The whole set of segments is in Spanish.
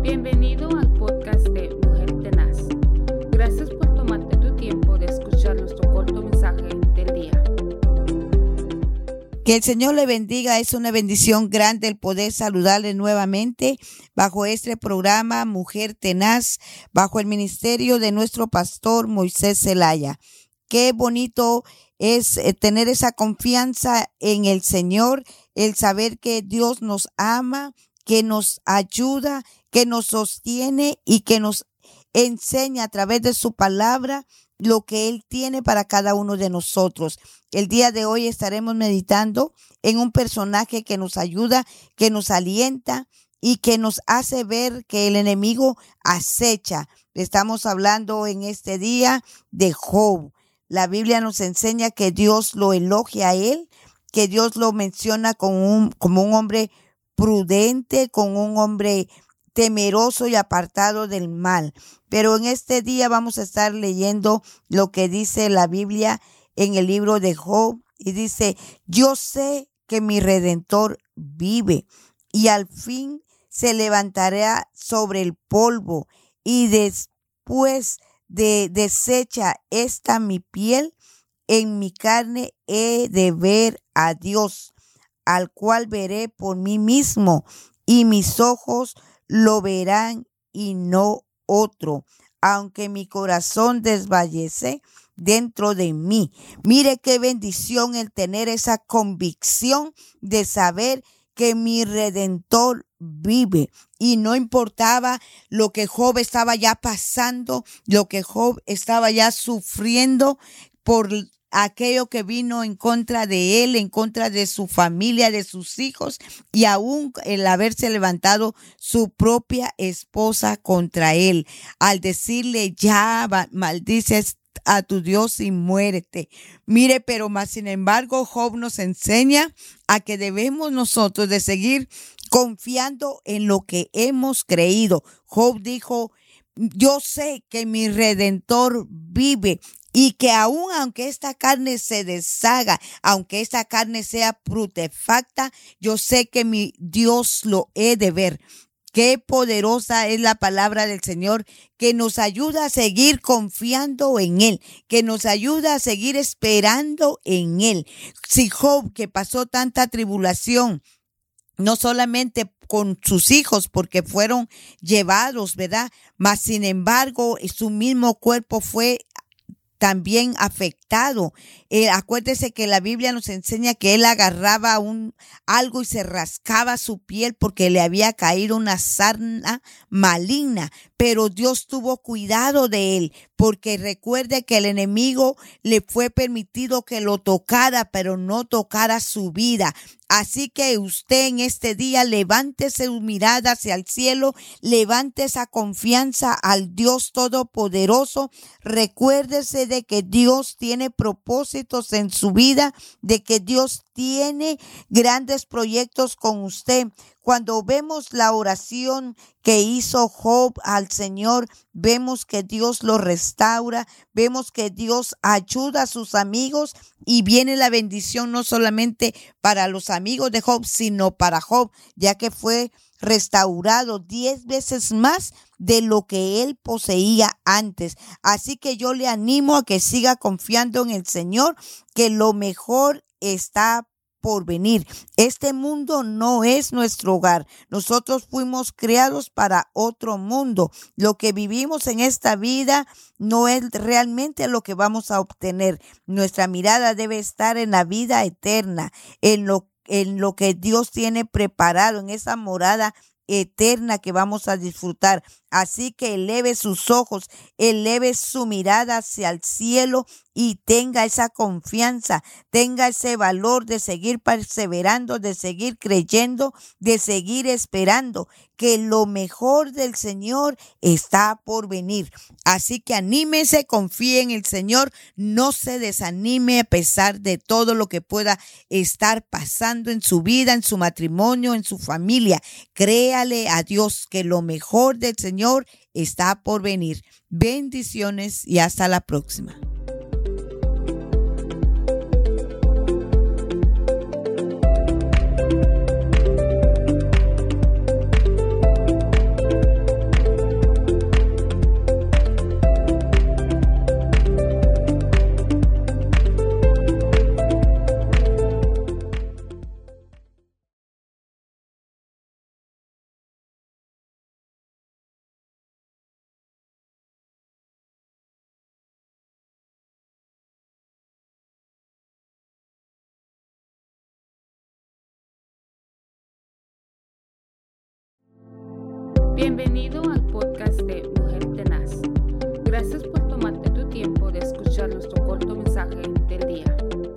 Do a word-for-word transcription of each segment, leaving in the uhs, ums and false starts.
Bienvenido al podcast de Mujer Tenaz. Gracias por tomarte tu tiempo de escuchar nuestro corto mensaje del día. Que el Señor le bendiga. Es una bendición grande el poder saludarle nuevamente bajo este programa Mujer Tenaz, bajo el ministerio de nuestro pastor Moisés Zelaya. Qué bonito es tener esa confianza en el Señor, el saber que Dios nos ama, que nos ayuda, que nos sostiene y que nos enseña a través de su palabra lo que Él tiene para cada uno de nosotros. El día de hoy estaremos meditando en un personaje que nos ayuda, que nos alienta y que nos hace ver que el enemigo acecha. Estamos hablando en este día de Job. La Biblia nos enseña que Dios lo elogia a él, que Dios lo menciona como un, como un hombre prudente, con un hombre temeroso y apartado del mal. Pero en este día vamos a estar leyendo lo que dice la Biblia en el libro de Job. Y dice: yo sé que mi Redentor vive y al fin se levantará sobre el polvo, y después de deshecha esta mi piel, en mi carne he de ver a Dios, al cual veré por mí mismo, y mis ojos lo verán y no otro, aunque mi corazón desfallece dentro de mí. Mire qué bendición el tener esa convicción de saber que mi Redentor vive. Y no importaba lo que Job estaba ya pasando, lo que Job estaba ya sufriendo por aquello que vino en contra de él, en contra de su familia, de sus hijos, y aún el haberse levantado su propia esposa contra él, al decirle: ya maldices a tu Dios y muérete. Mire, pero más sin embargo, Job nos enseña a que debemos nosotros de seguir confiando en lo que hemos creído. Job dijo: yo sé que mi Redentor vive, y que aún aunque esta carne se deshaga, aunque esta carne sea putrefacta, yo sé que mi Dios lo he de ver. Qué poderosa es la palabra del Señor, que nos ayuda a seguir confiando en Él, que nos ayuda a seguir esperando en Él. Si Job, que pasó tanta tribulación, no solamente con sus hijos, porque fueron llevados, ¿verdad? Mas sin embargo, su mismo cuerpo fue también afectado. Eh, acuérdese que la Biblia nos enseña que él agarraba un algo y se rascaba su piel porque le había caído una sarna maligna. Pero Dios tuvo cuidado de él, porque recuerde que el enemigo le fue permitido que lo tocara, pero no tocara su vida. Así que usted en este día levante su mirada hacia el cielo, levante esa confianza al Dios Todopoderoso. Recuérdese de que Dios tiene propósitos en su vida, de que Dios tiene grandes proyectos con usted. Cuando vemos la oración que hizo Job al Señor, vemos que Dios lo restaura, vemos que Dios ayuda a sus amigos y viene la bendición no solamente para los amigos de Job, sino para Job, ya que fue restaurado diez veces más de lo que él poseía antes. Así que yo le animo a que siga confiando en el Señor, que lo mejor está por venir. Este mundo no es nuestro hogar. Nosotros fuimos creados para otro mundo. Lo que vivimos en esta vida no es realmente lo que vamos a obtener. Nuestra mirada debe estar en la vida eterna, en lo, en lo que Dios tiene preparado, en esa morada eterna que vamos a disfrutar. Así que eleve sus ojos, eleve su mirada hacia el cielo y tenga esa confianza, tenga ese valor de seguir perseverando, de seguir creyendo, de seguir esperando, que lo mejor del Señor está por venir. Así que anímese, confíe en el Señor, no se desanime a pesar de todo lo que pueda estar pasando en su vida, en su matrimonio, en su familia. Créale a Dios que lo mejor del Señor está por venir. Bendiciones y hasta la próxima. Bienvenido al podcast de Mujer Tenaz. Gracias por tomarte tu tiempo de escuchar nuestro corto mensaje del día.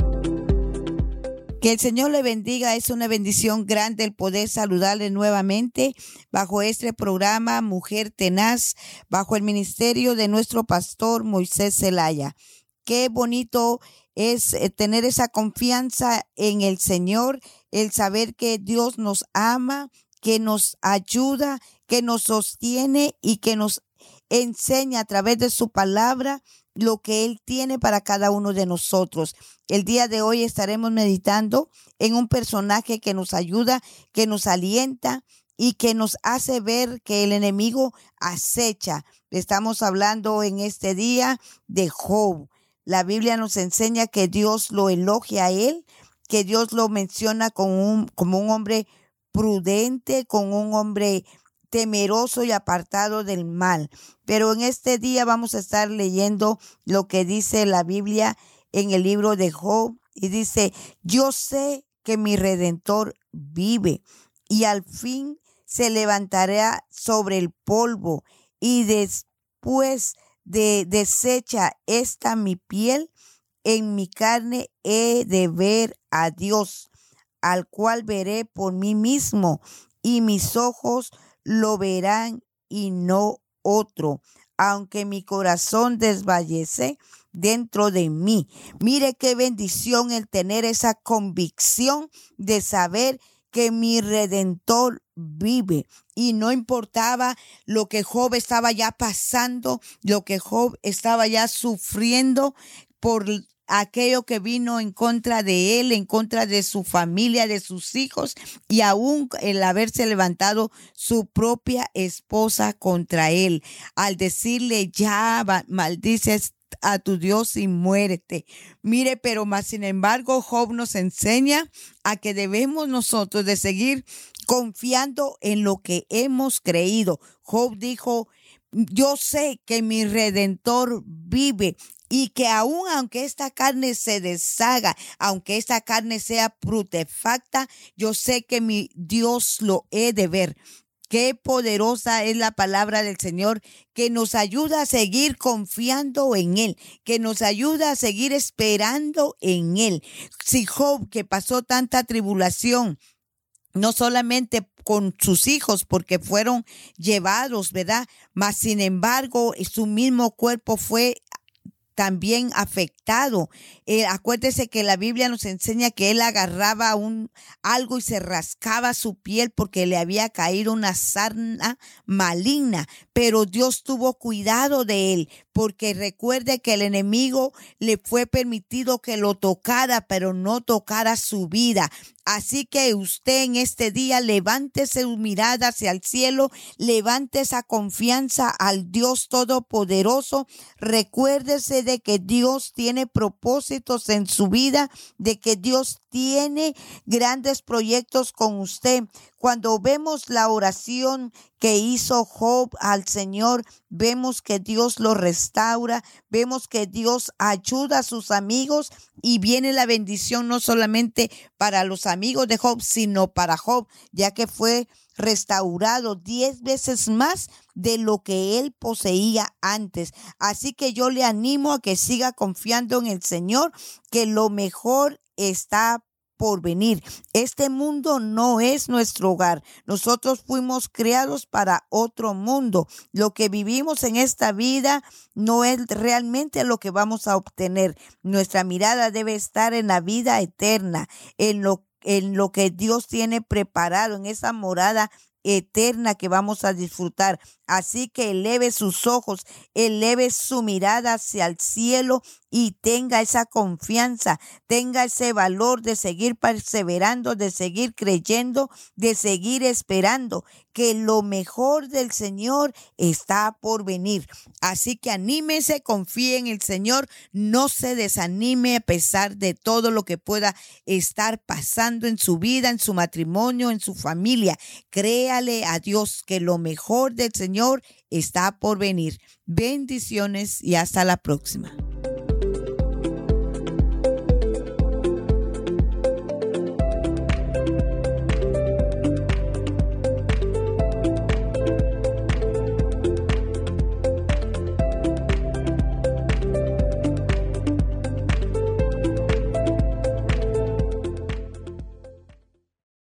Que el Señor le bendiga. Es una bendición grande el poder saludarle nuevamente bajo este programa Mujer Tenaz, bajo el ministerio de nuestro pastor Moisés Zelaya. Qué bonito es tener esa confianza en el Señor, el saber que Dios nos ama, que nos ayuda, que nos sostiene y que nos enseña a través de su palabra lo que Él tiene para cada uno de nosotros. El día de hoy estaremos meditando en un personaje que nos ayuda, que nos alienta y que nos hace ver que el enemigo acecha. Estamos hablando en este día de Job. La Biblia nos enseña que Dios lo elogia a él, que Dios lo menciona como un, como un hombre prudente, como un hombre temeroso y apartado del mal. Pero en este día vamos a estar leyendo lo que dice la Biblia en el libro de Job. Y dice, yo sé que mi Redentor vive y al fin se levantará sobre el polvo y después de deshecha esta mi piel, en mi carne he de ver a Dios, al cual veré por mí mismo y mis ojos lo verán y no otro, aunque mi corazón desfallece dentro de mí. Mire qué bendición el tener esa convicción de saber que mi Redentor vive. Y no importaba lo que Job estaba ya pasando, lo que Job estaba ya sufriendo por aquello que vino en contra de él, en contra de su familia, de sus hijos, y aún el haberse levantado su propia esposa contra él, al decirle ya maldices a tu Dios y muérete. Mire, pero más sin embargo, Job nos enseña a que debemos nosotros de seguir confiando en lo que hemos creído. Job dijo, yo sé que mi Redentor vive y que aun aunque esta carne se deshaga, aunque esta carne sea putrefacta, yo sé que mi Dios lo he de ver. Qué poderosa es la palabra del Señor, que nos ayuda a seguir confiando en Él, que nos ayuda a seguir esperando en Él. Si Job, que pasó tanta tribulación, no solamente con sus hijos, porque fueron llevados, ¿verdad? Mas sin embargo, su mismo cuerpo fue también afectado. Eh, acuérdese que la Biblia nos enseña que él agarraba un algo y se rascaba su piel porque le había caído una sarna maligna, pero Dios tuvo cuidado de él, porque recuerde que el enemigo le fue permitido que lo tocara, pero no tocara su vida. Así que usted en este día levante su mirada hacia el cielo, levante esa confianza al Dios Todopoderoso. Recuérdese de que Dios tiene propósitos en su vida, de que Dios tiene grandes proyectos con usted. Cuando vemos la oración que hizo Job al Señor, vemos que Dios lo restaura, vemos que Dios ayuda a sus amigos y viene la bendición no solamente para los amigos de Job, sino para Job, ya que fue restaurado diez veces más de lo que él poseía antes. Así que yo le animo a que siga confiando en el Señor, que lo mejor está por venir. Este mundo no es nuestro hogar. Nosotros fuimos creados para otro mundo. Lo que vivimos en esta vida no es realmente lo que vamos a obtener. Nuestra mirada debe estar en la vida eterna, en lo, en lo que Dios tiene preparado, en esa morada eterna que vamos a disfrutar. Así que eleve sus ojos, eleve su mirada hacia el cielo y tenga esa confianza, tenga ese valor de seguir perseverando, de seguir creyendo, de seguir esperando, que lo mejor del Señor está por venir. Así que anímese, confíe en el Señor, no se desanime a pesar de todo lo que pueda estar pasando en su vida, en su matrimonio, en su familia. Créale a Dios que lo mejor del Señor está por venir. Bendiciones y hasta la próxima.